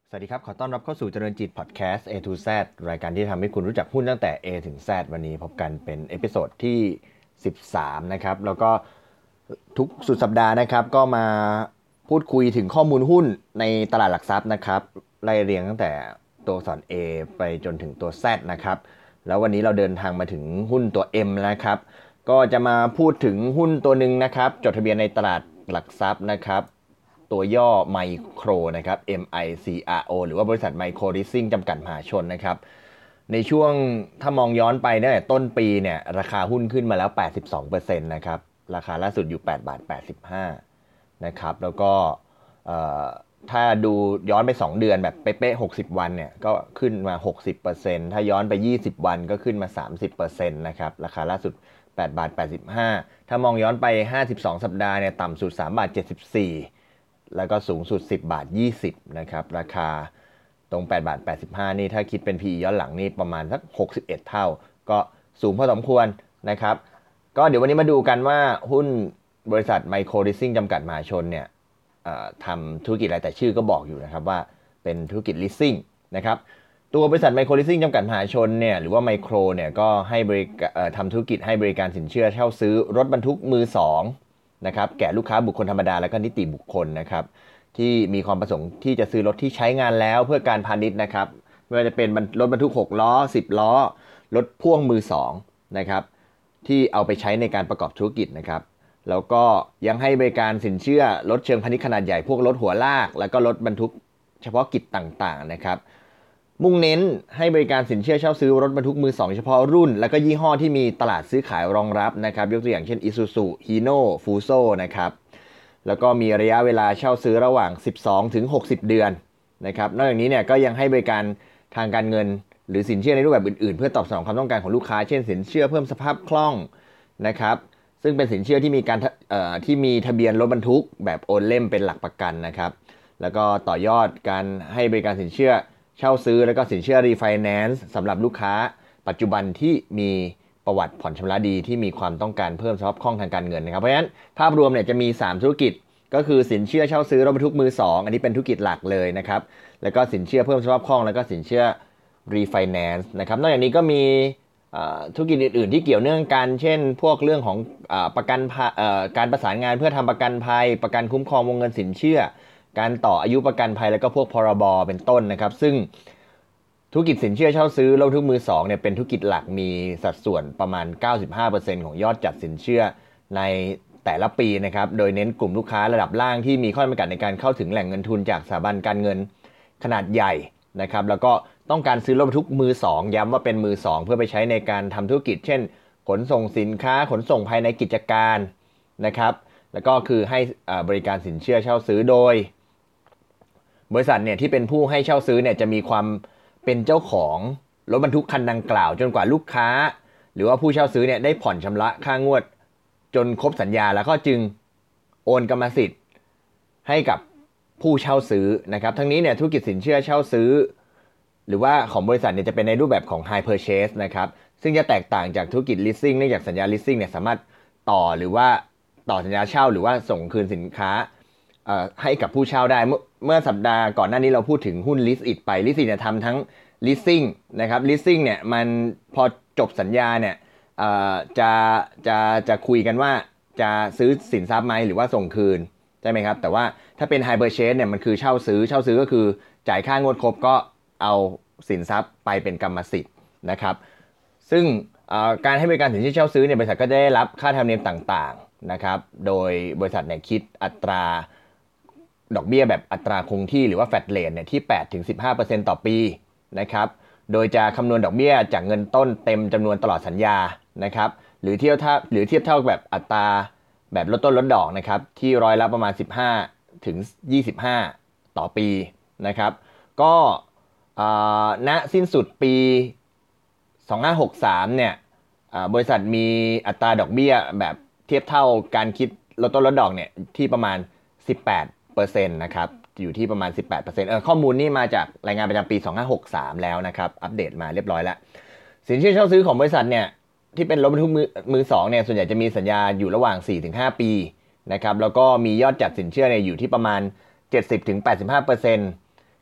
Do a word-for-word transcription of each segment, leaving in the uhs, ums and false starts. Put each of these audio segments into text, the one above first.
สวัสดีครับขอต้อนรับเข้าสู่เจริญจิตพอดแคสต์ A to Z รายการที่ทำให้คุณรู้จักหุ้นตั้งแต่ A ถึง Z วันนี้พบกันเป็นเอพิโซดที่สิบสามนะครับแล้วก็ทุกสุดสัปดาห์นะครับก็มาพูดคุยถึงข้อมูลหุ้นในตลาดหลักทรัพย์นะครับไล่เรียงตั้งแต่ตัวอักษร A ไปจนถึงตัว Z นะครับแล้ววันนี้เราเดินทางมาถึงหุ้นตัว M นะครับก็จะมาพูดถึงหุ้นตัวหนึ่งนะครับจดทะเบียนในตลาดหลักทรัพย์นะครับตัวย่อไมโครนะครับ เอ็ม ไอ ซี อาร์ โอ หรือว่าบริษัทไมโครลิสซิ่งจำกัดมหาชนนะครับในช่วงถ้ามองย้อนไปตั้งแต่ต้นปีเนี่ยราคาหุ้นขึ้นมาแล้ว แปดสิบสองเปอร์เซ็นต์ นะครับราคาล่าสุดอยู่แปดบาทแปดสิบห้านะครับแล้วก็ถ้าดูย้อนไปสองเดือนแบบเป๊ะๆหกสิบวันเนี่ยก็ขึ้นมา หกสิบเปอร์เซ็นต์ ถ้าย้อนไปยี่สิบวันก็ขึ้นมา สามสิบเปอร์เซ็นต์ นะครับราคาล่าสุดแปดบาทแปดสิบห้าถ้ามองย้อนไปห้าสิบสองสัปดาห์เนี่ยต่ำสุดสามบาทเจ็ดสิบสี่แล้วก็สูงสุดสิบบาทยี่สิบนะครับราคาตรงแปดบาทแปดสิบห้านี่ถ้าคิดเป็น พี อี ย้อนหลังนี่ประมาณสักหกสิบเอ็ดเท่าก็สูงพอสมควรนะครับก็เดี๋ยววันนี้มาดูกันว่าหุ้นบริษัทไมโครลิสซิ่งจำกัดมหาชนเนี่ยทำธุรกิจอะไรแต่ชื่อก็บอกอยู่นะครับว่าเป็นธุรกิจลิสซิ่งนะครับตัวบริษัทไมโครลิสซิ่งจำกัดมหาชนเนี่ยหรือว่าไมโครเนี่ยก็ให้บริทำธุรกิจให้บริการสินเชื่อเช่าซื้อรถบรรทุกมือสองนะครับแก่ลูกค้าบุคคลธรรมดาและก็นิติบุคคลนะครับที่มีความประสงค์ที่จะซื้อรถที่ใช้งานแล้วเพื่อการพาณิชย์นะครับไม่ว่าจะเป็นรถบรรทุกหกล้อสิบล้อรถพ่วงมือสองนะครับที่เอาไปใช้ในการประกอบธุรกิจนะครับแล้วก็ยังให้บริการสินเชื่อรถเชิงพาณิชย์ขนาดใหญ่พวกรถหัวลากแล้วก็รถบรรทุกเฉพาะกิจต่างๆนะครับมุ่งเน้นให้บริการสินเชื่อเช่าซื้อรถบรรทุกมือสองเฉพาะรุ่นแล้วก็ยี่ห้อที่มีตลาดซื้อขายรองรับนะครับยกตัวอย่างเช่น Isuzu Hino Fuso นะครับแล้วก็มีระยะเวลาเช่าซื้อระหว่างสิบสองถึงหกสิบเดือนนะครับนอกจากนี้เนี่ยก็ยังให้บริการทางการเงินหรือสินเชื่อในรูปแบบอื่นๆเพื่อตอบสนองความต้องการของลูกค้าเช่นสินเชื่อเพิ่มสภาพคล่องนะครับซึ่งเป็นสินเชื่อที่มีการที่มีทะเบียนรถบรรทุกแบบโอนเล่มเป็นหลักประกันนะครับแล้วก็ต่อยอดการให้บริการสินเชื่อเช่าซื้อแล้วก็สินเชื่อรีไฟแนนซ์สำหรับลูกค้าปัจจุบันที่มีประวัติผ่อนชำระดีที่มีความต้องการเพิ่มสภาพคล่องทางการเงินนะครับเพราะฉะนั้นภาพรวมเนี่ยจะมีสามธุรกิจก็คือสินเชื่อเช่าซื้อรถบรรทุกมือสองอันนี้เป็นธุรกิจหลักเลยนะครับแล้วก็สินเชื่อเพิ่มสภาพคล่องแล้วก็สินเชื่อรีไฟแนนซ์นะครับนอกจากนี้ก็มีธุรกิจอื่นๆที่เกี่ยวเนื่องกันเช่นพวกเรื่องของประกันการประสานงานเพื่อทำประกันภัยประกันคุ้มครองวงเงินสินเชื่อการต่ออายุประกันภัยแล้วก็พวกพรบเป็นต้นนะครับซึ่งธุรกิจสินเชื่อเช่าซื้อรถบรรทุกมือสองเนี่ยเป็นธุรกิจหลักมีสัดส่วนประมาณ เก้าสิบห้าเปอร์เซ็นต์ ของยอดจัดสินเชื่อในแต่ละปีนะครับโดยเน้นกลุ่มลูกค้าระดับล่างที่มีข้อจำกัดในการเข้าถึงแหล่งเงินทุนจากสถาบันการเงินขนาดใหญ่นะครับแล้วก็ต้องการซื้อรถบรรทุกมือสองย้ำว่าเป็นมือสองเพื่อไปใช้ในการทำธุรกิจเช่นขนส่งสินค้าขนส่งภายในกิจการนะครับแล้วก็คือให้บริการสินเชื่อเช่าซื้อโดยบริษัทเนี่ยที่เป็นผู้ให้เช่าซื้อเนี่ยจะมีความเป็นเจ้าของรถบรรทุกคันดังกล่าวจนกว่าลูกค้าหรือว่าผู้เช่าซื้อเนี่ยได้ผ่อนชำระค่างวดจนครบสัญญาแล้วก็จึงโอนกรรมสิทธิ์ให้กับผู้เช่าซื้อนะครับทั้งนี้เนี่ยธุรกิจสินเชื่อเช่าซื้อหรือว่าของบริษัทเนี่ยจะเป็นในรูปแบบของ High Purchase นะครับซึ่งจะแตกต่างจากธุรกิจ Leasing เนื่องจากสัญญา Leasing เนี่ยสามารถต่อหรือว่าต่อสัญญาเช่าหรือว่าส่งคืนสินค้าให้กับผู้เช่าได้เมื่อสัปดาห์ก่อนหน้านี้เราพูดถึงหุ้น Lease It ไป Lease It เนี่ยทำทั้ง Leasing นะครับ Leasing เนี่ยมันพอจบสัญญาเนี่ยจะจะจะคุยกันว่าจะซื้อสินทรัพย์ไหมหรือว่าส่งคืนใช่ไหมครับแต่ว่าถ้าเป็น High Purchase เนี่ยมันคือเช่าซื้อเช่าซื้อก็คือจ่ายค่างวดครบก็เอาสินทรัพย์ไปเป็นกรรมสิทธิ์นะครับซึ่งการให้บริการสินเชื่อเช่าซื้อเนี่ยบริษัทก็ได้รับค่าธรรมเนียมต่างๆนะครับโดยบริษัทเนี่ยคิดอัตราดอกเบี้ยแบบอัตราคงที่หรือว่า flat rate เนี่ยที่ แปดถึงสิบห้าเปอร์เซ็นต์ ต่อปีนะครับโดยจะคำนวณดอกเบี้ยจากเงินต้นเต็มจำนวนตลอดสัญญานะครับหรือเทียบเท่าหรือเทียบเท่าแบบอัตราแบบลดต้นลดดอกนะครับที่ร้อยละประมาณสิบห้าถึงยี่สิบห้าต่อปีนะครับก็ณสิ้นสุดปีสองพันห้าร้อยหกสิบสามเนี่ยบริษัทมีอัตราดอกเบี้ยแบบเทียบเท่าการคิดลดต้นลดดอกเนี่ยที่ประมาณ สิบแปดเปอร์เซ็นต์ นะครับอยู่ที่ประมาณ สิบแปดเปอร์เซ็นต์ เออข้อมูลนี่มาจากรายงานประจำปีสองพันห้าร้อยหกสิบสามแล้วนะครับอัปเดตมาเรียบร้อยแล้วสินเชื่อเช่าซื้อของบริษัทเนี่ยที่เป็นรถบรรทุกมือมือสองเนี่ยส่วนใหญ่จะมีสัญญาอยู่ระหว่าง สี่ถึงห้า ปีนะครับแล้วก็มียอดจัดสินเชื่อเนี่ยอยู่ที่ประมาณ เจ็ดสิบถึงแปดสิบห้าเปอร์เซ็นต์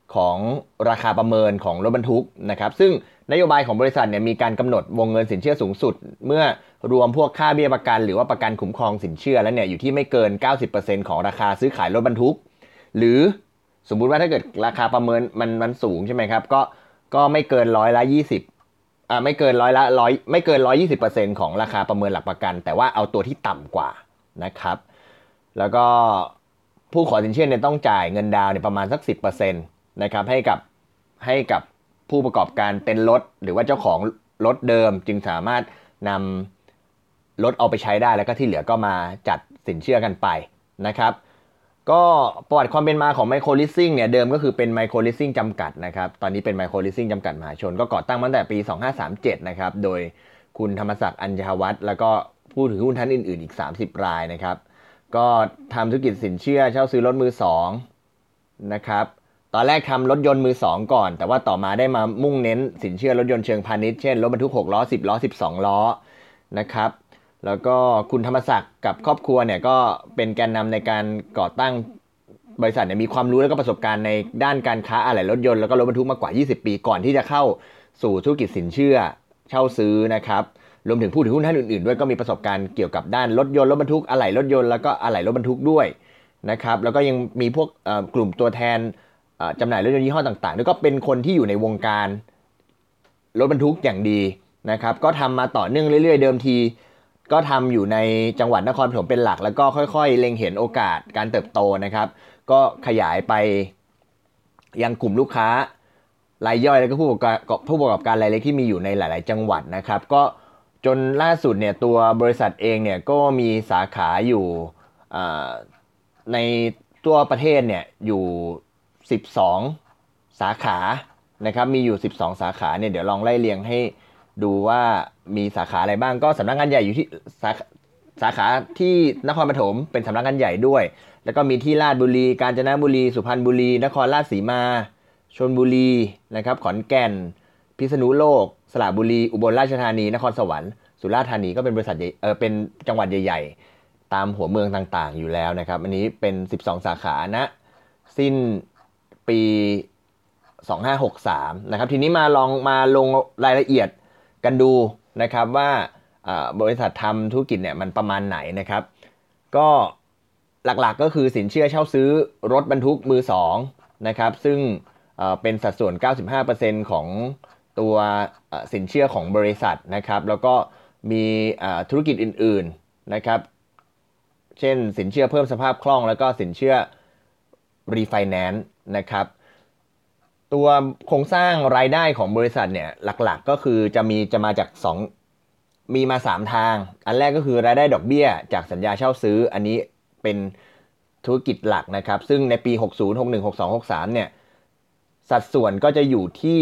ของราคาประเมินของรถบรรทุกนะครับซึ่งนโยบายของบริษัทเนี่ยมีการกำหนดวงเงินสินเชื่อสูงสุดเมื่อรวมพวกค่าเบี้ยประกันหรือว่าประกันคุ้มครองสินเชื่อแล้วเนี่ยอยู่ที่ไม่เกิน เก้าสิบเปอร์เซ็นต์ ของราคาซื้อขายรถบรรทุกหรือสมมุติว่าถ้าเกิดราคาประเมินมันมันสูงใช่ไหมครับก็ก็ไม่เกินร้อยละยี่สิบอ่าไม่เกินร้อยละร้อยไม่เกินร้อยยี่สิบเปอร์เซ็นต์ของราคาประเมินหลักประกันแต่ว่าเอาตัวที่ต่ำกว่านะครับแล้วก็ผู้ขอสินเชื่อเนี่ยต้องจ่ายเงินดาวน์เนี่ยประมาณสัก สิบเปอร์เซ็นต์ นะครับให้กับให้กับผู้ประกอบการเต็นท์รถหรือว่าเจ้าของรถเดิมจึงสามารถนำรถเอาไปใช้ได้แล้วก็ที่เหลือก็มาจัดสินเชื่อกันไปนะครับก็ประวัติความเป็นมาของไมโครลิสซิ่งเนี่ยเดิมก็คือเป็นไมโครลิสซิ่งจำกัดนะครับตอนนี้เป็นไมโครลิสซิ่งจำกัดมหาชนก็ก่อตั้งมาตั้งแต่ปีสองพันห้าร้อยสามสิบเจ็ดนะครับโดยคุณธรรมศักดิ์อัญญวัฒน์แล้วก็ผู้ถือหุ้นท่านอื่นๆอีกสามสิบรายนะครับก็ทำธุรกิจสินเชื่อเช่าซื้อรถมือสองนะครับตอนแรกทำรถยนต์มือสองก่อนแต่ว่าต่อมาได้มามุ่งเน้นสินเชื่อรถยนต์เชิงพาณิชย์เช่นรถบรรทุกหกล้อสิบล้อสิบสองล้อนะครับแล้วก็คุณธรรมศักดิ์กับครอบครัวเนี่ยก็เป็นแกนนำในการก่อตั้งบริษัทเนี่ยมีความรู้และก็ประสบการณ์ในด้านการค้าอะไหล่รถยนต์แล้วก็รถบรรทุกมากกว่ายี่สิบปีก่อนที่จะเข้าสู่ธุรกิจสินเชื่อเช่าซื้อนะครับรวมถึงผู้ถือหุ้นท่านอื่นๆด้วยก็มีประสบการณ์เกี่ยวกับด้านรถยนต์รถบรรทุกอะไหล่รถยนต์แล้วก็อะไหล่รถบรรทุกด้วยนะครับแล้วก็ยังมีพวกกลุ่มตัวแทนจำหน่ายรถยนต์ยี่ห้อต่างๆแล้วก็เป็นคนที่อยู่ในวงการรถบรรทุกอย่างดีนะครับก็ทำมาต่อเนื่องเรื่อยๆเดิมทีก็ทำอยู่ในจังหวัดนครปฐมเป็นหลักแล้วก็ค่อยๆเล็งเห็นโอกาสการเติบโตนะครับก็ขยายไปยังกลุ่มลูกค้ารายย่อยแล้วก็ผู้ประกอบผู้ประกอบการรายเล็กที่มีอยู่ในหลายๆจังหวัดนะครับก็จนล่าสุดเนี่ยตัวบริษัทเองเนี่ยก็มีสาขาอยู่ในตัวประเทศเนี่ยอยู่สิบสองสาขานะครับมีอยู่สิบสองสาขาเนี่ยเดี๋ยวลองไล่เรียงให้ดูว่ามีสาขาอะไรบ้างก็สำนักงานใหญ่อยู่ที่สาสาขาที่นครปฐมเป็นสำนักงานใหญ่ด้วยแล้วก็มีที่ราชบุรีกาญจนบุรีสุพรรณบุรีนครราชสีมาชลบุรีนะครับขอนแก่นพิษณุโลกสระบุรีอุบลราชธานีนครสวรรค์สุราษฎร์ธานีก็เป็นบริษัทเออเป็นจังหวัดใหญ่ๆตามหัวเมืองต่างๆอยู่แล้วนะครับอันนี้เป็นสิบสองสาขานะสิ้นปีสองพันห้าร้อยหกสิบสามนะครับทีนี้มาลองมาลงรายละเอียดกันดูนะครับว่าบริษัททำธุรกิจเนี่ยมันประมาณไหนนะครับก็หลักๆก็คือสินเชื่อเช่าซื้อรถบรรทุกมือสองนะครับซึ่งเป็นสัดส่วน เก้าสิบห้าเปอร์เซ็นต์ ของตัวสินเชื่อของบริษัทนะครับแล้วก็มีธุรกิจอื่นๆนะครับเช่นสินเชื่อเพิ่มสภาพคล่องแล้วก็สินเชื่อรีไฟแนนซ์นะครับตัวโครงสร้างรายได้ของบริษัทเนี่ยหลักๆก็คือจะมีจะมาจากสองมีมาสามทางอันแรกก็คือรายได้ดอกเบี้ยจากสัญญาเช่าซื้ออันนี้เป็นธุรกิจหลักนะครับซึ่งในปีหกสิบ หกสิบเอ็ด หกสิบสอง หกสิบสามเนี่ยสัดส่วนก็จะอยู่ที่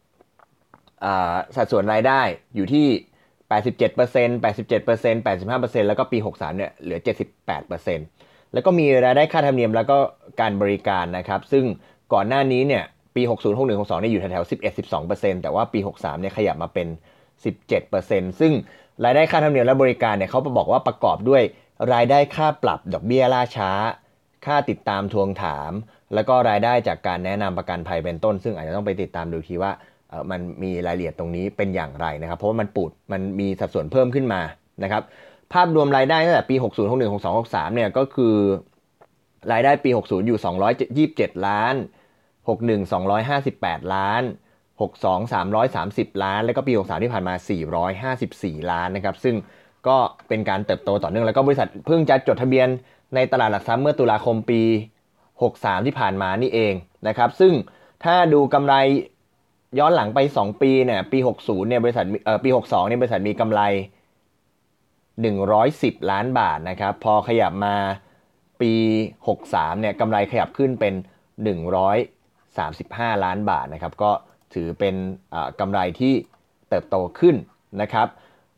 สัดส่วนรายได้อยู่ที่ แปดสิบเจ็ดเปอร์เซ็นต์ แปดสิบเจ็ดเปอร์เซ็นต์ แปดสิบห้าเปอร์เซ็นต์ แล้วก็ปีหกสิบสามเนี่ยเหลือ เจ็ดสิบแปดเปอร์เซ็นต์ แล้วก็มีรายได้ค่าธรรมเนียมแล้วก็การบริการนะครับซึ่งก่อนหน้านี้เนี่ยปีหกสิบ หกสิบเอ็ด หกสิบสองเนี่ยอยู่แถวๆ สิบเอ็ด สิบสองเปอร์เซ็นต์ แต่ว่าปีหกสิบสามเนี่ยขยับมาเป็น สิบเจ็ดเปอร์เซ็นต์ ซึ่งรายได้ค่าธรรมเนียมและบริการเนี่ยเขาบอกว่าประกอบด้วยรายได้ค่าปรับดอกเบี้ยล่าช้าค่าติดตามทวงถามแล้วก็รายได้จากการแนะนำประกันภัยเป็นต้นซึ่งอาจจะต้องไปติดตามดูทีว่าเอ่อมันมีรายละเอียดตรงนี้เป็นอย่างไรนะครับเพราะว่ามันปูดมันมีสัดส่วนเพิ่มขึ้นมานะครับภาพรวมรายได้ตั้งแต่ปีหกสิบ หกสิบเอ็ด หกสิบสอง หกสิบสามเนี่ยก็คือรายได้ปีหกสิบอยู่สองร้อยยี่สิบเจ็ดล้านหกสิบเอ็ด สองร้อยห้าสิบแปดล้านหกสิบสอง สามร้อยสามสิบล้านแล้วก็ปีหกสิบสามที่ผ่านมาสี่ร้อยห้าสิบสี่ล้านนะครับซึ่งก็เป็นการเติบโตต่อเนื่องแล้วก็บริษัทเพิ่งจะจดทะเบียนในตลาดหลักทรัพย์เมื่อตุลาคมปีหกสิบสามที่ผ่านมานี่เองนะครับซึ่งถ้าดูกำไรย้อนหลังไปสองปีเนี่ยปีหกสิบเนี่ยบริษัทเอ่อปีหกสิบสองเนี่ยบริษัทมีกำไรหนึ่งร้อยสิบล้านบาทนะครับพอขยับมาปีหกสิบสามเนี่ยกำไรขยับขึ้นเป็นหนึ่งร้อยสามสิบห้าล้านบาทนะครับก็ถือเป็นกำไรที่เติบโตขึ้นนะครับ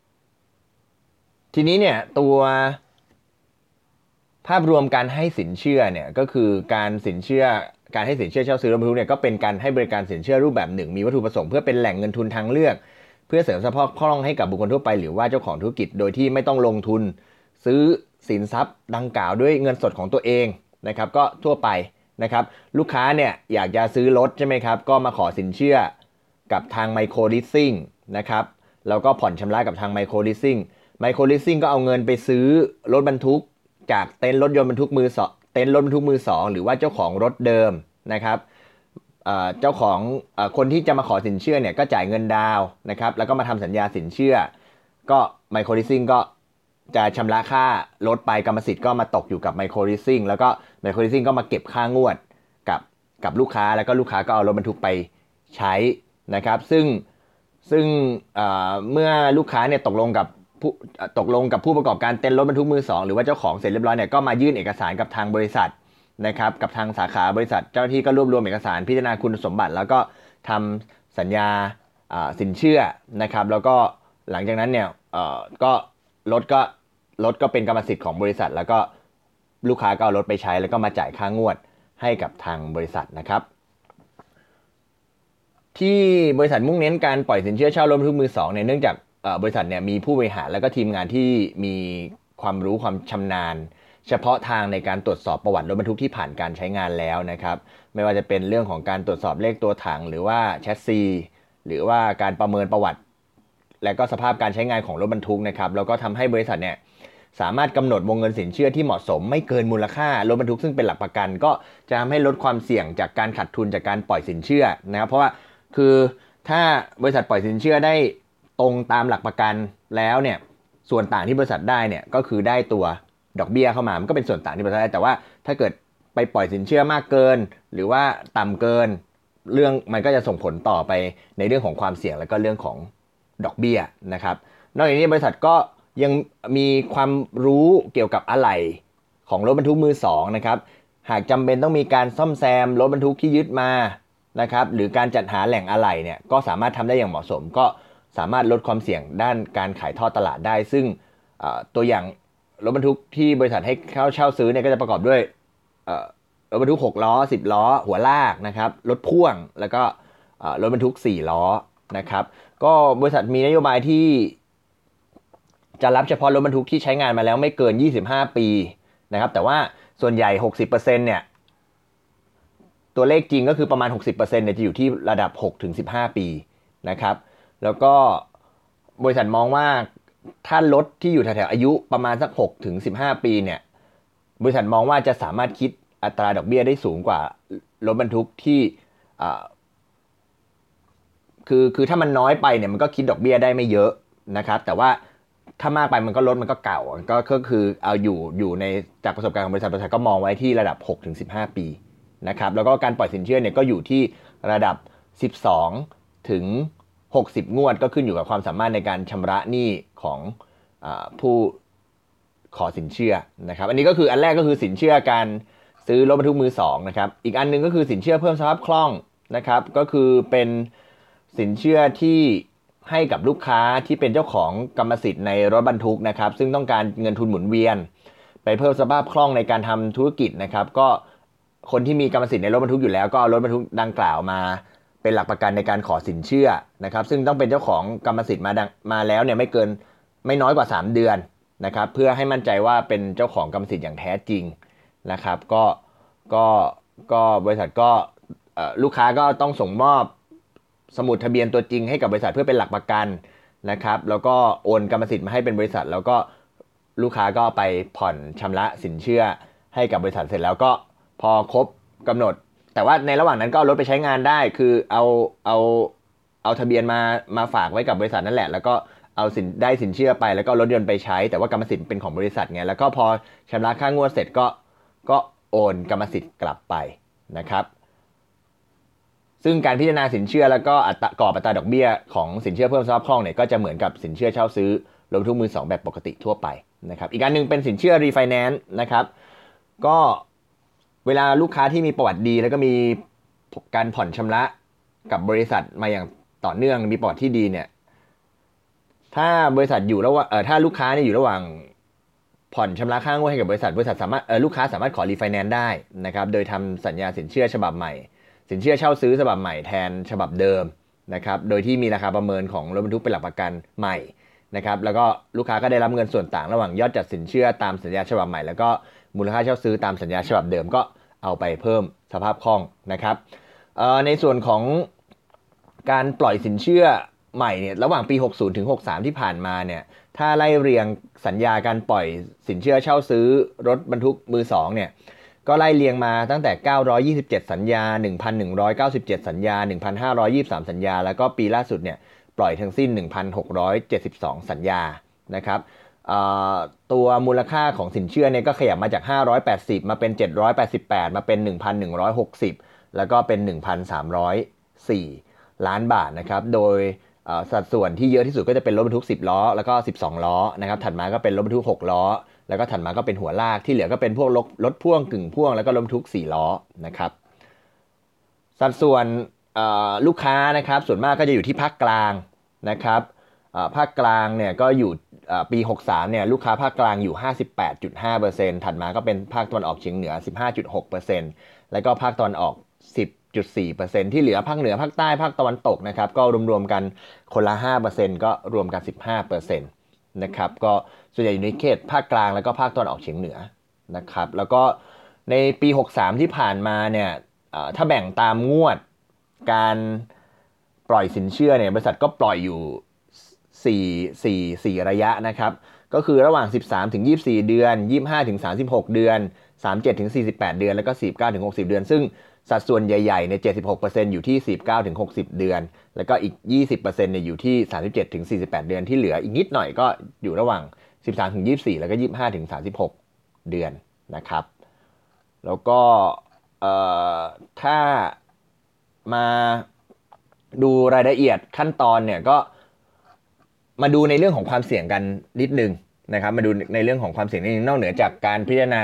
ทีนี้เนี่ยตัวภาพรวมการให้สินเชื่อเนี่ยก็คือการสินเชื่อการให้สินเชื่อเช่าซื้อรถบรรทุกเนี่ยก็เป็นการให้บริการสินเชื่อรูปแบบหนึ่งมีวัตถุประสงค์เพื่อเป็นแหล่งเงินทุนทางเลือกเพื่อเสริมสภาพคล่องให้กับบุคคลทั่วไปหรือว่าเจ้าของธุรกิจโดยที่ไม่ต้องลงทุนซื้อสินทรัพย์ดังกล่าวด้วยเงินสดของตัวเองนะครับก็ทั่วไปนะครับลูกค้าเนี่ยอยากจะซื้อรถใช่ไหมครับก็มาขอสินเชื่อกับทางไมโครลิสซิ่งนะครับแล้วก็ผ่อนชำระกับทางไมโครลิสซิ่งไมโครลิสซิ่งก็เอาเงินไปซื้อรถบรรทุกจากเต็นท์รถยนต์บรรทุกมือสองเต็นท์รถบรรทุกมือสองหรือว่าเจ้าของรถเดิมนะครับเจ้าของคนที่จะมาขอสินเชื่อเนี่ยก็จ่ายเงินดาวนะครับแล้วก็มาทำสัญญาสินเชื่อก็ไมโครลิสซิ่งก็จะชำระค่ารถไปกรรมสิทธิ์ก็มาตกอยู่กับไมโครลิสซิ่งแล้วก็ไมโครลิสซิ่งก็มาเก็บค่างวดกับกับลูกค้าแล้วก็ลูกค้าก็เอารถบรรทุกไปใช้นะครับซึ่งซึ่งเมื่อลูกค้าเนี่ยตกลงกับผู้ตกลงกับผู้ประกอบการเต็นท์รถบรรทุกมือสองหรือว่าเจ้าของเสร็จเรียบร้อยเนี่ยก็มายื่นเอกสารกับทางบริษัทนะครับกับทางสาขาบริษัทเจ้าหน้าที่ก็รวบรวมเอกสารพิจารณาคุณสมบัติแล้วก็ทำสัญญาสินเชื่อนะครับแล้วก็หลังจากนั้นเนี่ยก็รถก็รถก็เป็นกรรมสิทธิ์ของบริษัทแล้วก็ลูกค้าก็เอารถไปใช้แล้วก็มาจ่ายค่างวดให้กับทางบริษัทนะครับที่บริษัทมุ่งเน้นการปล่อยสินเชื่อเช่ารถบรรทุกมือสองเนี่ยเนื่องจากบริษัทเนี่ยมีผู้บริหารแล้วก็ทีมงานที่มีความรู้ความชำนาญเฉพาะทางในการตรวจสอบประวัติรถบรรทุกที่ผ่านการใช้งานแล้วนะครับไม่ว่าจะเป็นเรื่องของการตรวจสอบเลขตัวถังหรือว่าแชสซีหรือว่าการประเมินประวัติและก็สภาพการใช้งานของรถบรรทุกนะครับแล้วก็ทำให้บริษัทเนี่ยสามารถกำหนดวงเงินสินเชื่อที่เหมาะสมไม่เกินมูลค่ารถบรรทุกซึ่งเป็นหลักประกันก็จะทำให้ลดความเสี่ยงจากการขาดทุนจากการปล่อยสินเชื่อนะครับเพราะว่าคือถ้าบริษัทปล่อยสินเชื่อได้ตรงตามหลักประกันแล้วเนี่ยส่วนต่างที่บริษัทได้เนี่ยก็คือได้ตัวดอกเบี้ยเข้ามามันก็เป็นส่วนต่างที่บริษัทได้แต่ว่าถ้าเกิดไปปล่อยสินเชื่อมากเกินหรือว่าต่ำเกินเรื่องมันก็จะส่งผลต่อไปในเรื่องของความเสี่ยงแล้วก็เรื่องของดอกเบี้ยนะครับนอกจากนี้บริษัทก็ยังมีความรู้เกี่ยวกับอะไหล่ของรถบรรทุกมือสองนะครับหากจำเป็นต้องมีการซ่อมแซมรถบรรทุกที่ยึดมานะครับหรือการจัดหาแหล่งอะไหล่เนี่ยก็สามารถทำได้อย่างเหมาะสมก็สามารถลดความเสี่ยงด้านการขายทอดตลาดได้ซึ่งตัวอย่างรถบรรทุกที่บริษัทให้เข้าเช่าซื้อเนี่ยก็จะประกอบด้วยรถบรรทุกหกล้อสิบล้อหัวลากนะครับรถพ่วงแล้วก็รถบรรทุกสี่ล้อนะครับก็บริษัทมีนโยบายที่จะรับเฉพาะรถบรรทุกที่ใช้งานมาแล้วไม่เกินยี่สิบห้าปีนะครับแต่ว่าส่วนใหญ่ หกสิบเปอร์เซ็นต์ เนี่ยตัวเลขจริงก็คือประมาณ หกสิบเปอร์เซ็นต์ เนี่ยจะอยู่ที่ระดับ หกถึงสิบห้า ปีนะครับแล้วก็บริษัทมองว่าถ้ารถที่อยู่แถวๆอายุประมาณสัก หกถึงสิบห้า ปีเนี่ยบริษัทมองว่าจะสามารถคิดอัตราดอกเบี้ยได้สูงกว่ารถบรรทุกที่คือคือถ้ามันน้อยไปเนี่ยมันก็คิดดอกเบี้ยได้ไม่เยอะนะครับแต่ว่าถ้ามากไปมันก็ลดมันก็เก่าก็ก็คือเอาอยู่อยู่ในจากประสบการณ์ของบริษัทบริษัทก็มองไว้ที่ระดับ หกถึงสิบห้า ปีนะครับแล้วก็การปล่อยสินเชื่อเนี่ยก็อยู่ที่ระดับสิบสองถึงหกสิบงวดก็ขึ้นอยู่กับความสามารถในการชำระหนี้ของอ่าผู้ขอสินเชื่อนะครับอันนี้ก็คืออันแรกก็คือสินเชื่อการซื้อรถบรรทุกมือสองนะครับอีกอันนึงก็คือสินเชื่อเพิ่มสภาพคล่องนะครับก็คือเป็นสินเชื่อที่ให้กับลูกค้าที่เป็นเจ้าของกรรมสิทธิ์ในรถบรรทุกนะครับซึ่งต้องการเงินทุนหมุนเวียนไปเพิ่มสภาพคล่องในการทำธุรกิจนะครับก็คนที่มีกรรมสิทธิ์ในรถบรรทุกอยู่แล้วก็เอารถบรรทุกดังกล่าวมาเป็นหลักประกันในการขอสินเชื่อนะครับซึ่งต้องเป็นเจ้าของกรรมสิทธิ์มามาแล้วเนี่ยไม่เกินไม่น้อยกว่าสามเดือนนะครับเพื่อให้มั่นใจว่าเป็นเจ้าของกรรมสิทธิ์อย่างแท้จริงนะครับก็ก็ก็บริษัทก็ลูกค้าก็ต้องส่งมอบสมุดทะเบียนตัวจริงให้กับบริษัทเพื่อเป็นหลักประกันนะครับแล้วก็โอนกรรมสิทธิ์มาให้เป็นบริษัทแล้วก็ลูกค้าก็ไปผ่อนชำระสินเชื่อให้กับบริษัทเสร็จแล้วก็พอครบกำหนดแต่ว่าในระหว่างนั้นก็เอารถไปใช้งานได้คือเอาเอาเอาทะเบียนมามาฝากไว้กับบริษัทนั่นแหละแล้วก็เอาสินได้สินเชื่อไปแล้วก็รถยนต์ไปใช้แต่ว่ากรรมสิทธิ์เป็นของบริษัทไงแล้วก็พอชำระค่างวดเสร็จก็ก็โอนกรรมสิทธิ์กลับไปนะครับซึ่งการพิจารณาสินเชื่อแล้วก็อัตรากรอบอัตราดอกเบี้ยของสินเชื่อเพิ่มสภาพคล่องเนี่ยก็จะเหมือนกับสินเชื่อเช่าซื้อรถบรรทุกมือสองแบบปกติทั่วไปนะครับอีกอันนึงเป็นสินเชื่อรีไฟแนนซ์นะครับก็เวลาลูกค้าที่มีประวัติดีแล้วก็มีการผ่อนชำระกับบริษัทมาอย่างต่อเนื่องมีประวัติที่ดีเนี่ยถ้าบริษัทอยู่ระหว่างเอ่อถ้าลูกค้าเนี่ยอยู่ระหว่างผ่อนชำระค่างวดให้กับบริษัทบริษัทสามารถเอ่อลูกค้าสามารถขอรีไฟแนนซ์ได้นะครับโดยทำสัญญาสินเชื่อฉบับใหม่สินเชื่อเช่าซื้อฉบับใหม่แทนฉบับเดิมนะครับโดยที่มีราคาประเมินของรถบรรทุกเป็นหลักประกันใหม่นะครับแล้วก็ลูกค้าก็ได้รับเงินส่วนต่างระหว่างยอดจัดสินเชื่อตามสัญญาฉบับใหม่แล้วก็มูลค่าเช่าซื้อตามสัญญาฉบับเดิมก็เอาไปเพิ่มสภาพคล่องนะครับในส่วนของการปล่อยสินเชื่อใหม่เนี่ยระหว่างปีหกสิบถึงหกสิบสามที่ผ่านมาเนี่ยถ้าไล่เรียงสัญญาการปล่อยสินเชื่อเช่าซื้อรถบรรทุกมือสองเนี่ยก็ไล่เรียงมาตั้งแต่เก้าร้อยยี่สิบเจ็ดสัญญา หนึ่งพันหนึ่งร้อยเก้าสิบเจ็ด สัญญา หนึ่งพันห้าร้อยยี่สิบสาม สัญญาแล้วก็ปีล่าสุดเนี่ยปล่อยทั้งสิ้น หนึ่งพันหกร้อยเจ็ดสิบสอง สัญญานะครับตัวมูลค่าของสินเชื่อเนี่ยก็ขยับมาจากห้าร้อยแปดสิบมาเป็นเจ็ดร้อยแปดสิบแปดมาเป็น หนึ่งพันหนึ่งร้อยหกสิบ แล้วก็เป็น หนึ่งพันสามร้อยสี่ ล้านบาทนะครับโดยสัดส่วนที่เยอะที่สุดก็จะเป็นรถบรรทุกสิบล้อแล้วก็สิบสองล้อนะครับถัดมาก็เป็นรถบรรทุกหกล้อแล้วก็ถัดมาก็เป็นหัวลากที่เหลือก็เป็นพวกรถพ่วงกึ่งพ่วงแล้วก็รถบรรทุกสี่ล้อนะครับสัดส่วนลูกค้านะครับส่วนมากก็จะอยู่ที่ภาคกลางนะครับภาคกลางเนี่ยก็อยู่ปีหกสิบสามเนี่ยลูกค้าภาคกลางอยู่ ห้าสิบแปดจุดห้าเปอร์เซ็นต์ ถัดมาก็เป็นภาคตะวันออกเฉียงเหนือ สิบห้าจุดหกเปอร์เซ็นต์ แล้วก็ภาคตะวันออก สิบจุดสี่เปอร์เซ็นต์ ที่เหลือภาคเหนือภาคใต้ภาคตะวันตกนะครับก็รวมๆกันคนละ ห้าเปอร์เซ็นต์ ก็รวมกัน สิบห้าเปอร์เซ็นต์ นะครับก็ส่วนใหญ่อยู่ในเขตภาคกลางแล้วก็ภาคตะวันออกเฉียงเหนือนะครับแล้วก็ในปีหกสิบสามที่ผ่านมาเนี่ยถ้าแบ่งตามงวดการปล่อยสินเชื่อเนี่ยบริษัทก็ปล่อยอยู่สี่ สี่ สี่ระยะนะครับก็คือระหว่างสิบสามถึงยี่สิบสี่เดือนยี่สิบห้าถึงสามสิบหกเดือนสามสิบเจ็ดถึงสี่สิบแปดเดือนแล้วก็สี่สิบเก้าถึงหกสิบเดือนซึ่งสัดส่วนใหญ่ๆใน เจ็ดสิบหกเปอร์เซ็นต์ อยู่ที่สี่สิบเก้าถึงหกสิบเดือนแล้วก็อีก ยี่สิบเปอร์เซ็นต์ เนี่ยอยู่ที่สามสิบเจ็ดถึงสี่สิบแปดเดือนที่เหลืออีกนิดหน่อยก็อยู่ระหว่างสิบสามถึงยี่สิบสี่แล้วก็ยี่สิบห้าถึงสามสิบหกเดือนนะครับแล้วก็เอ่อถ้ามาดูรายละเอียดขั้นตอนเนี่ยก็มาดูในเรื่องของความเสี่ยงกันนิดนึงนะครับมาดูในเรื่องของความเสี่ยงนิดนึงนอกเหนือจากการพิจารณา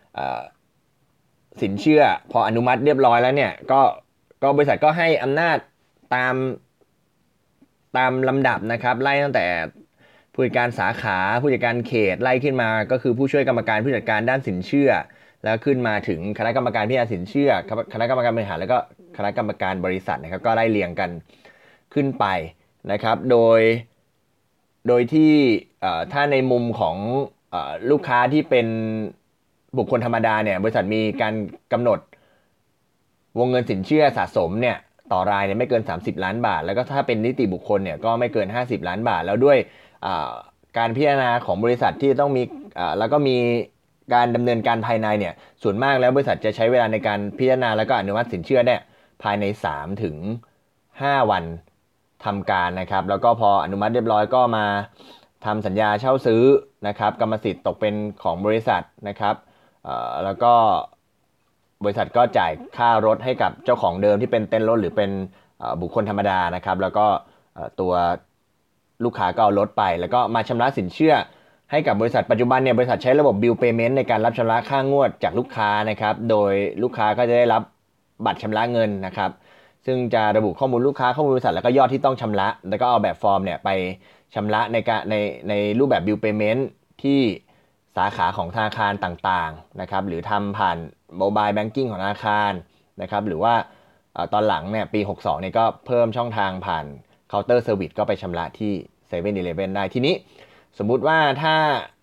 สินเชื่อพออนุมัติเรียบร้อยแล้วเนี่ยก็ก็บริษัทก็ให้อำนาจตามตามลำดับนะครับไล่ตั้งแต่ผู้จัดการสาขาผู้จัดการเขตไล่ขึ้นมาก็คือผู้ช่วยกรรมการผู้จัดการด้านสินเชื่อแล้วขึ้นมาถึงคณะกรรมการพิจารณาสินเชื่อคณะกรรมการบริหารแล้วก็คณะกรรมการบริษัทนะครับก็ไล่เรียงกันขึ้นไปนะครับโดยโดยที่ถ้าในมุมของลูกค้าที่เป็นบุคคลธรรมดาเนี่ยบริษัทมีการกำหนดวงเงินสินเชื่อสะสมเนี่ยต่อรายเนี่ยไม่เกินสามสิบล้านบาทแล้วก็ถ้าเป็นนิติบุคคลเนี่ยก็ไม่เกินห้าสิบล้านบาทแล้วด้วยการพิจารณาของบริษัทที่ต้องมีแล้วก็มีการดำเนินการภายในเนี่ยส่วนมากแล้วบริษัทจะใช้เวลาในการพิจารณาแล้วก็อนุมัติสินเชื่อเนี่ยภายในสามถึงห้าวันทำการนะครับแล้วก็พออนุมัติเรียบร้อยก็มาทำสัญญาเช่าซื้อนะครับกรรมสิทธิ์ตกเป็นของบริษัทนะครับแล้วก็บริษัทก็จ่ายค่ารถให้กับเจ้าของเดิมที่เป็นเต็นท์รถหรือเป็นบุคคลธรรมดานะครับแล้วก็ตัวลูกค้าก็เอารถไปแล้วก็มาชำระสินเชื่อให้กับบริษัทปัจจุบันเนี่ยบริษัทใช้ระบบ bill payment ในการรับชำระค่างวดจากลูกค้านะครับโดยลูกค้าก็จะได้รับบัตรชำระเงินนะครับซึ่งจะระบุข้อมูลลูกค้าข้อมูลบริษัทแล้วก็ยอดที่ต้องชำระแล้วก็เอาแบบฟอร์มเนี่ยไปชำระในการในในรูปแบบ bill payment ที่สาขาของธนาคารต่างๆนะครับหรือทำผ่าน mobile banking ของธนาคารนะครับหรือว่าตอนหลังเนี่ยปีหกสิบสองเนี่ยก็เพิ่มช่องทางผ่านเคาน์เตอร์เซอร์วิสก็ไปชำระที่ เซเว่น อีเลฟเว่น ได้ทีนี้สมมุติว่าถ้า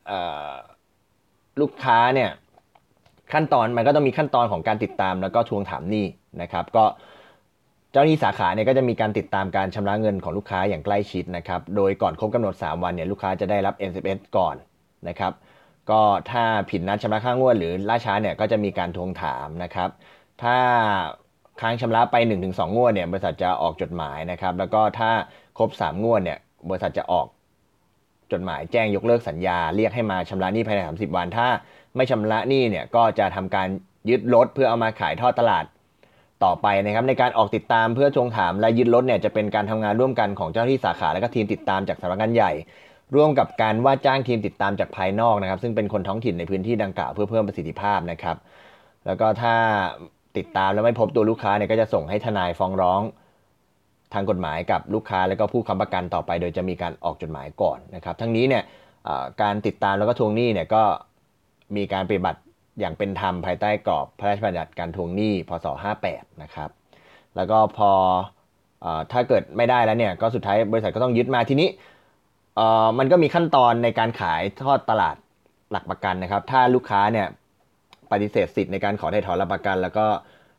ลูกค้าเนี่ยขั้นตอนมันก็ต้องมีขั้นตอนของการติดตามแล้วก็ทวงถามหนี้นะครับก็เจ้าหนี้สาขาเนี่ยก็จะมีการติดตามการชำระเงินของลูกค้าอย่างใกล้ชิดนะครับโดยก่อนครบกำหนดสามวันเนี่ยลูกค้าจะได้รับ เอ็ม เอส เอส ก่อนนะครับก็ถ้าผิดนัดชำระค่างวดหรือล่าช้าเนี่ยก็จะมีการทวงถามนะครับถ้าค้างชำระไป หนึ่งถึงสอง งวดเนี่ยบริษัทจะออกจดหมายนะครับแล้วก็ถ้าครบสามงวดเนี่ยบริษัทจะออกจดหมายแจ้งยกเลิกสัญญาเรียกให้มาชำระหนี้ภายในสามสิบวันถ้าไม่ชำระหนี้เนี่ยก็จะทำการยึดรถเพื่อเอามาขายทอดตลาดต่อไปนะครับในการออกติดตามเพื่อทวงถามและยึดรถเนี่ยจะเป็นการทำงานร่วมกันของเจ้าหน้าที่สาขาและก็ทีมติดตามจากสำนักงานใหญ่ร่วมกับการว่าจ้างทีมติดตามจากภายนอกนะครับซึ่งเป็นคนท้องถิ่นในพื้นที่ดังกล่าวเพื่อเพิ่มประสิทธิภาพนะครับแล้วก็ถ้าติดตามแล้วไม่พบตัวลูกค้าเนี่ยก็จะส่งให้ทนายฟ้องร้องทางกฎหมายกับลูกค้าและก็ผู้ค้ำประกันต่อไปโดยจะมีการออกจดหมายก่อนนะครับทั้งนี้เนี่ยการติดตามแล้วก็ทวงหนี้เนี่ยก็มีการปฏิบัติอย่างเป็นธรรมภายใต้กรอบพระราชบัญญัติการทวงหนี้พ.ศ. ห้าสิบแปดนะครับแล้วก็พอถ้าเกิดไม่ได้แล้วเนี่ยก็สุดท้ายบริษัทก็ต้องยึดมาทีนี้มันก็มีขั้นตอนในการขายทอดตลาดหลักประกันนะครับถ้าลูกค้าเนี่ยปฏิเสธสิทธิ์ในการขอถ่ายถอนหลักประกันแล้วก็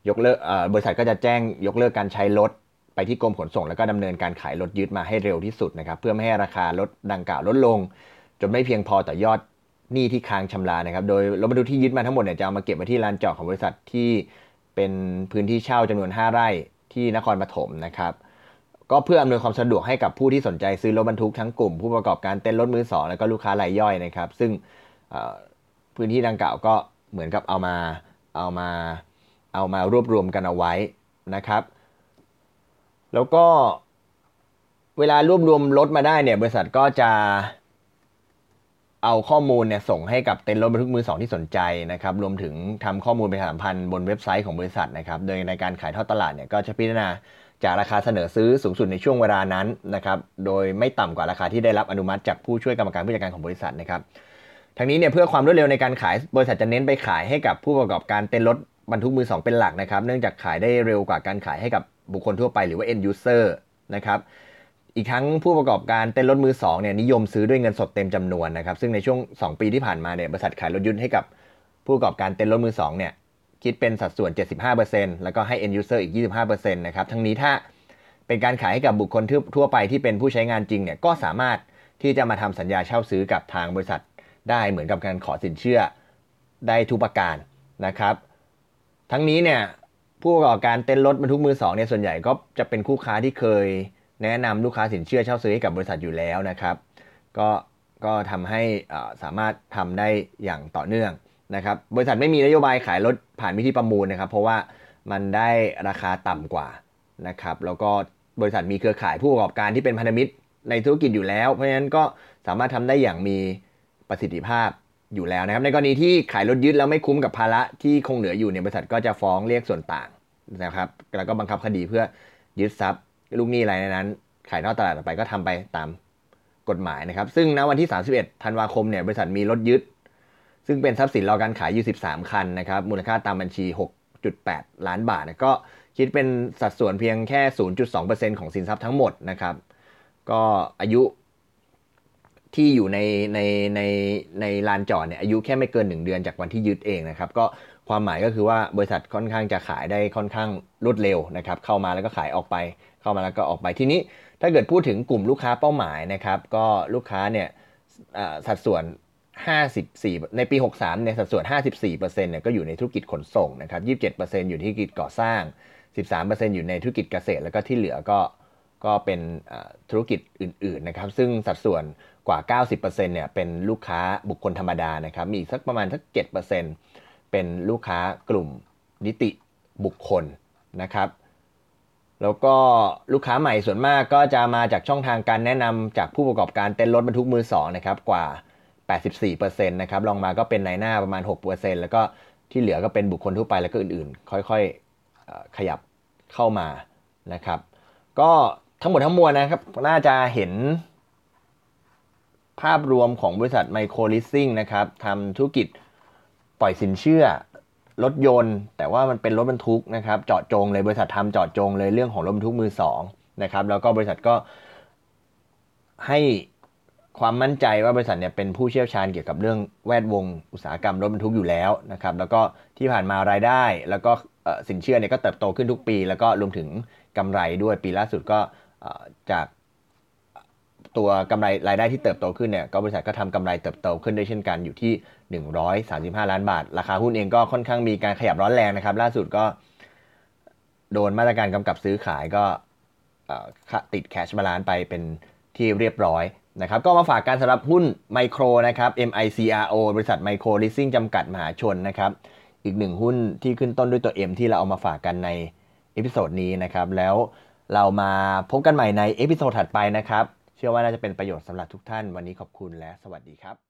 ยกเลิกบริษัทก็จะแจ้งยกเลิกการใช้รถไปที่กรมขนส่งแล้วก็ดำเนินการขายรถยึดมาให้เร็วที่สุดนะครับเพื่อไม่ให้ราคารถดังกล่าวลดลงจนไม่เพียงพอต่อยอดหนี้ที่ค้างชำระนะครับโดยรถบรรทุกที่ยึดมาทั้งหมดเนี่ยจะเอามาเก็บไว้ที่ลานจอดของบริษัทที่เป็นพื้นที่เช่าจำนวนห้าไร่ที่นครปฐมนะครับก็เพื่ออำนวยความสะดวกให้กับผู้ที่สนใจซื้อรถบรรทุกทั้งกลุ่มผู้ประกอบการเต้นรถมือสองแล้วก็ลูกค้ารายย่อยนะครับซึ่งพื้นที่ดังกล่าวก็เหมือนกับเอามาเอามาเอามารวบรวมกันเอาไว้นะครับแล้วก็เวลารวบรวมรถมาได้เนี่ยบริษัทก็จะเอาข้อมูลเนี่ยส่งให้กับเต็นท์รถบรรทุกมือสองที่สนใจนะครับรวมถึงทำข้อมูลประชาสัมพันธ์บนเว็บไซต์ของบริษัทนะครับโดยในการขายทอดตลาดเนี่ยก็จะพิจารณาจากราคาเสนอซื้อสูงสุดในช่วงเวลานั้นนะครับโดยไม่ต่ำกว่าราคาที่ได้รับอนุมัติจากผู้ช่วยกรรมการผู้จัดการของบริษัทนะครับทั้งนี้เนี่ยเพื่อความรวดเร็วในการขายบริษัทจะเน้นไปขายให้กับผู้ประกอบการเต็นท์รถบรรทุกมือสองเป็นหลักนะครับเนื่องจากขายได้เร็วกว่าการขายให้กับบุคคลทั่วไปหรือว่า end user นะครับอีกทั้งผู้ประกอบการเต้นรถมือสองเนี่ยนิยมซื้อด้วยเงินสดเต็มจำนวนนะครับซึ่งในช่วงสองปีที่ผ่านมาเนี่ยบริษัทขายรถยนต์ให้กับผู้ประกอบการเต้นรถมือสองเนี่ยคิดเป็นสัดส่วน เจ็ดสิบห้าเปอร์เซ็นต์ แล้วก็ให้ end user อีก ยี่สิบห้าเปอร์เซ็นต์ นะครับทั้งนี้ถ้าเป็นการขายให้กับบุคคลทั่วไปที่เป็นผู้ใช้งานจริงเนี่ยก็สามารถที่จะมาทำสัญญาเช่าซื้อกับทางบริษัทได้เหมือนกับการขอสินเชื่อได้ทุกประการนะครับทั้งนี้เนี่ยผู้ประกอบการเต้นรถบรรทุกมือสองเนี่ยส่วนใหญ่ก็จะเป็นคู่ค้าที่เคยแนะนำลูกค้าสินเชื่อเช่าซื้อให้กับบริษัทอยู่แล้วนะครับก็ก็ทำให้สามารถทำได้อย่างต่อเนื่องนะครับบริษัทไม่มีนโยบายขายรถผ่านวิธีประมูลนะครับเพราะว่ามันได้ราคาต่ำกว่านะครับแล้วก็บริษัทมีเครือข่ายผู้ประกอบการที่เป็นพันธมิตรในธุรกิจอยู่แล้วเพราะฉะนั้นก็สามารถทำได้อย่างมีประสิทธิภาพอยู่แล้วนะครับในกรณีที่ขายรถยึดแล้วไม่คุ้มกับภาระที่คงเหลืออยู่เนี่ยบริษัทก็จะฟ้องเรียกส่วนต่างนะครับแล้วก็บังคับคดีเพื่อยึดทรัพย์ลูกหนี้รายนั้นขายนอกตลาดต่อไปก็ทำไปตามกฎหมายนะครับซึ่งณวันที่สามสิบเอ็ดธันวาคมเนี่ยบริษัทมีรถยึดซึ่งเป็นทรัพย์สินรอการขายอยู่สิบสามคันนะครับมูลค่าตามบัญชี หกจุดแปด ล้านบาทนะก็คิดเป็นสัดส่วนเพียงแค่ ศูนย์จุดสองเปอร์เซ็นต์ ของสินทรัพย์ทั้งหมดนะครับก็อายุที่อยู่ในในในในลานจอดเนี่ยอายุแค่ไม่เกินหนึ่งเดือนจากวันที่ยึดเองนะครับก็ความหมายก็คือว่าบริษัทค่อนข้างจะขายได้ค่อนข้างรวดเร็วนะครับเข้ามาแล้วก็ขายออกไปเข้ามาแล้วก็ออกไปทีนี้ถ้าเกิดพูดถึงกลุ่มลูกค้าเป้าหมายนะครับก็ลูกค้าเนี่ยสัดส่วนห้าสิบสี่ในปีหกสิบสามเนี่ยสัดส่วน ห้าสิบสี่เปอร์เซ็นต์ เนี่ยก็อยู่ในธุรกิจขนส่งนะครับ ยี่สิบเจ็ดเปอร์เซ็นต์ อยู่ที่ธุรกิจก่อสร้าง สิบสามเปอร์เซ็นต์ อยู่ในธุรกิจเกษตรแล้วก็ที่เหลือก็ก็เป็นธุรกิจอื่นๆนะครับซึ่งสัดส่วนกว่า เก้าสิบเปอร์เซ็นต์ เนี่ยเป็นลูกค้าบุคคลธรรมดานะครับมีสักประมาณสัก เจ็ดเปอร์เซ็นต์ เป็นลูกค้ากลุ่มนิติบุคคลนะครับแล้วก็ลูกค้าใหม่ส่วนมากก็จะมาจากช่องทางการแนะนำจากผู้ประกอบการเต้นรถบรรทุกมือสองนะครับกว่า แปดสิบสี่เปอร์เซ็นต์ นะครับลองมาก็เป็นนายหน้าประมาณ หกเปอร์เซ็นต์ แล้วก็ที่เหลือก็เป็นบุคคลทั่วไปแล้วก็อื่นๆค่อยๆขยับเข้ามานะครับก็ทั้งหมดทั้งมวลนะครับน่าจะเห็นภาพรวมของบริษัทไมโครลิสซิ่งนะครับทำธุรกิจปล่อยสินเชื่อรถยนต์แต่ว่ามันเป็นรถบรรทุกนะครับเจาะจงเลยบริษัททำเจาะจงเลยเรื่องของรถบรรทุกมือสองนะครับแล้วก็บริษัทก็ให้ความมั่นใจว่าบริษัทเนี่ยเป็นผู้เชี่ยวชาญเกี่ยวกับเรื่องแวดวงอุตสาหกรรมรถบรรทุกอยู่แล้วนะครับแล้วก็ที่ผ่านมารายได้แล้วก็สินเชื่อเนี่ยก็เติบโตขึ้นทุกปีแล้วก็รวมถึงกำไรด้วยปีล่าสุดก็จากตัวกำไรรายได้ที่เติบโตขึ้นเนี่ยก็บริษัทก็ทำกำไรเติบโตขึ้นด้วยเช่นกันอยู่ที่หนึ่งร้อยสามสิบห้าล้านบาทราคาหุ้นเองก็ค่อนข้างมีการขยับร้อนแรงนะครับล่าสุดก็โดนมาตรการกำกับซื้อขายก็ติดแคชบาลานซ์ไปเป็นที่เรียบร้อยนะครับก็มาฝากการสำหรับหุ้นไมโครนะครับ เอ็ม ไอ ซี อาร์ โอ บริษัทไมโครลิสซิ่งจำกัดมหาชนนะครับอีกหนึ่งหุ้นที่ขึ้นต้นด้วยตัว M ที่เราเอามาฝากกันในเอพิโซดนี้นะครับแล้วเรามาพบกันใหม่ในเอพิโซดถัดไปนะครับเชื่อว่าน่าจะเป็นประโยชน์สำหรับทุกท่านวันนี้ขอบคุณและสวัสดีครับ